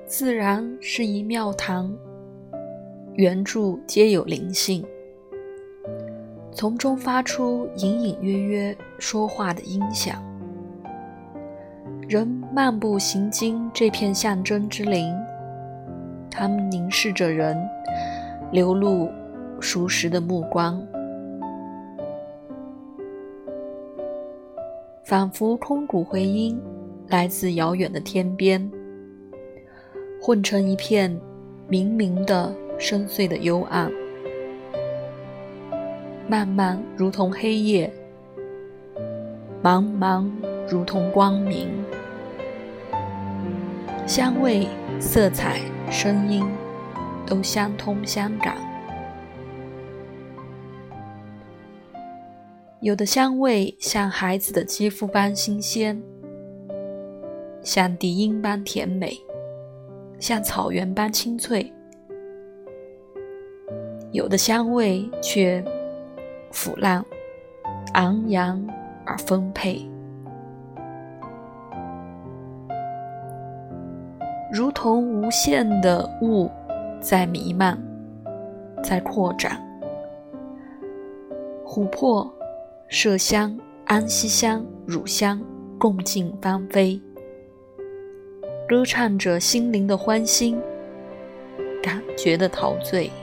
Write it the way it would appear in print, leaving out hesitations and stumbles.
自然是一庙堂，原著皆有灵性，从中发出隐隐约约说话的音响。人漫步行经这片象征之林，他们凝视着人，流露熟识的目光，仿佛空谷回音来自遥远的天边，混成一片冥冥的深邃的幽暗，漫漫如同黑夜，茫茫如同光明。香味、色彩、声音都相通相感。有的香味像孩子的肌肤般新鲜，像笛音般甜美，像草原般清脆。有的香味却腐烂、昂扬而丰沛，如同无限的雾在弥漫，在扩展。琥珀、麝香、安息香、乳香共进芳菲，歌唱着心灵的欢欣，感觉的陶醉。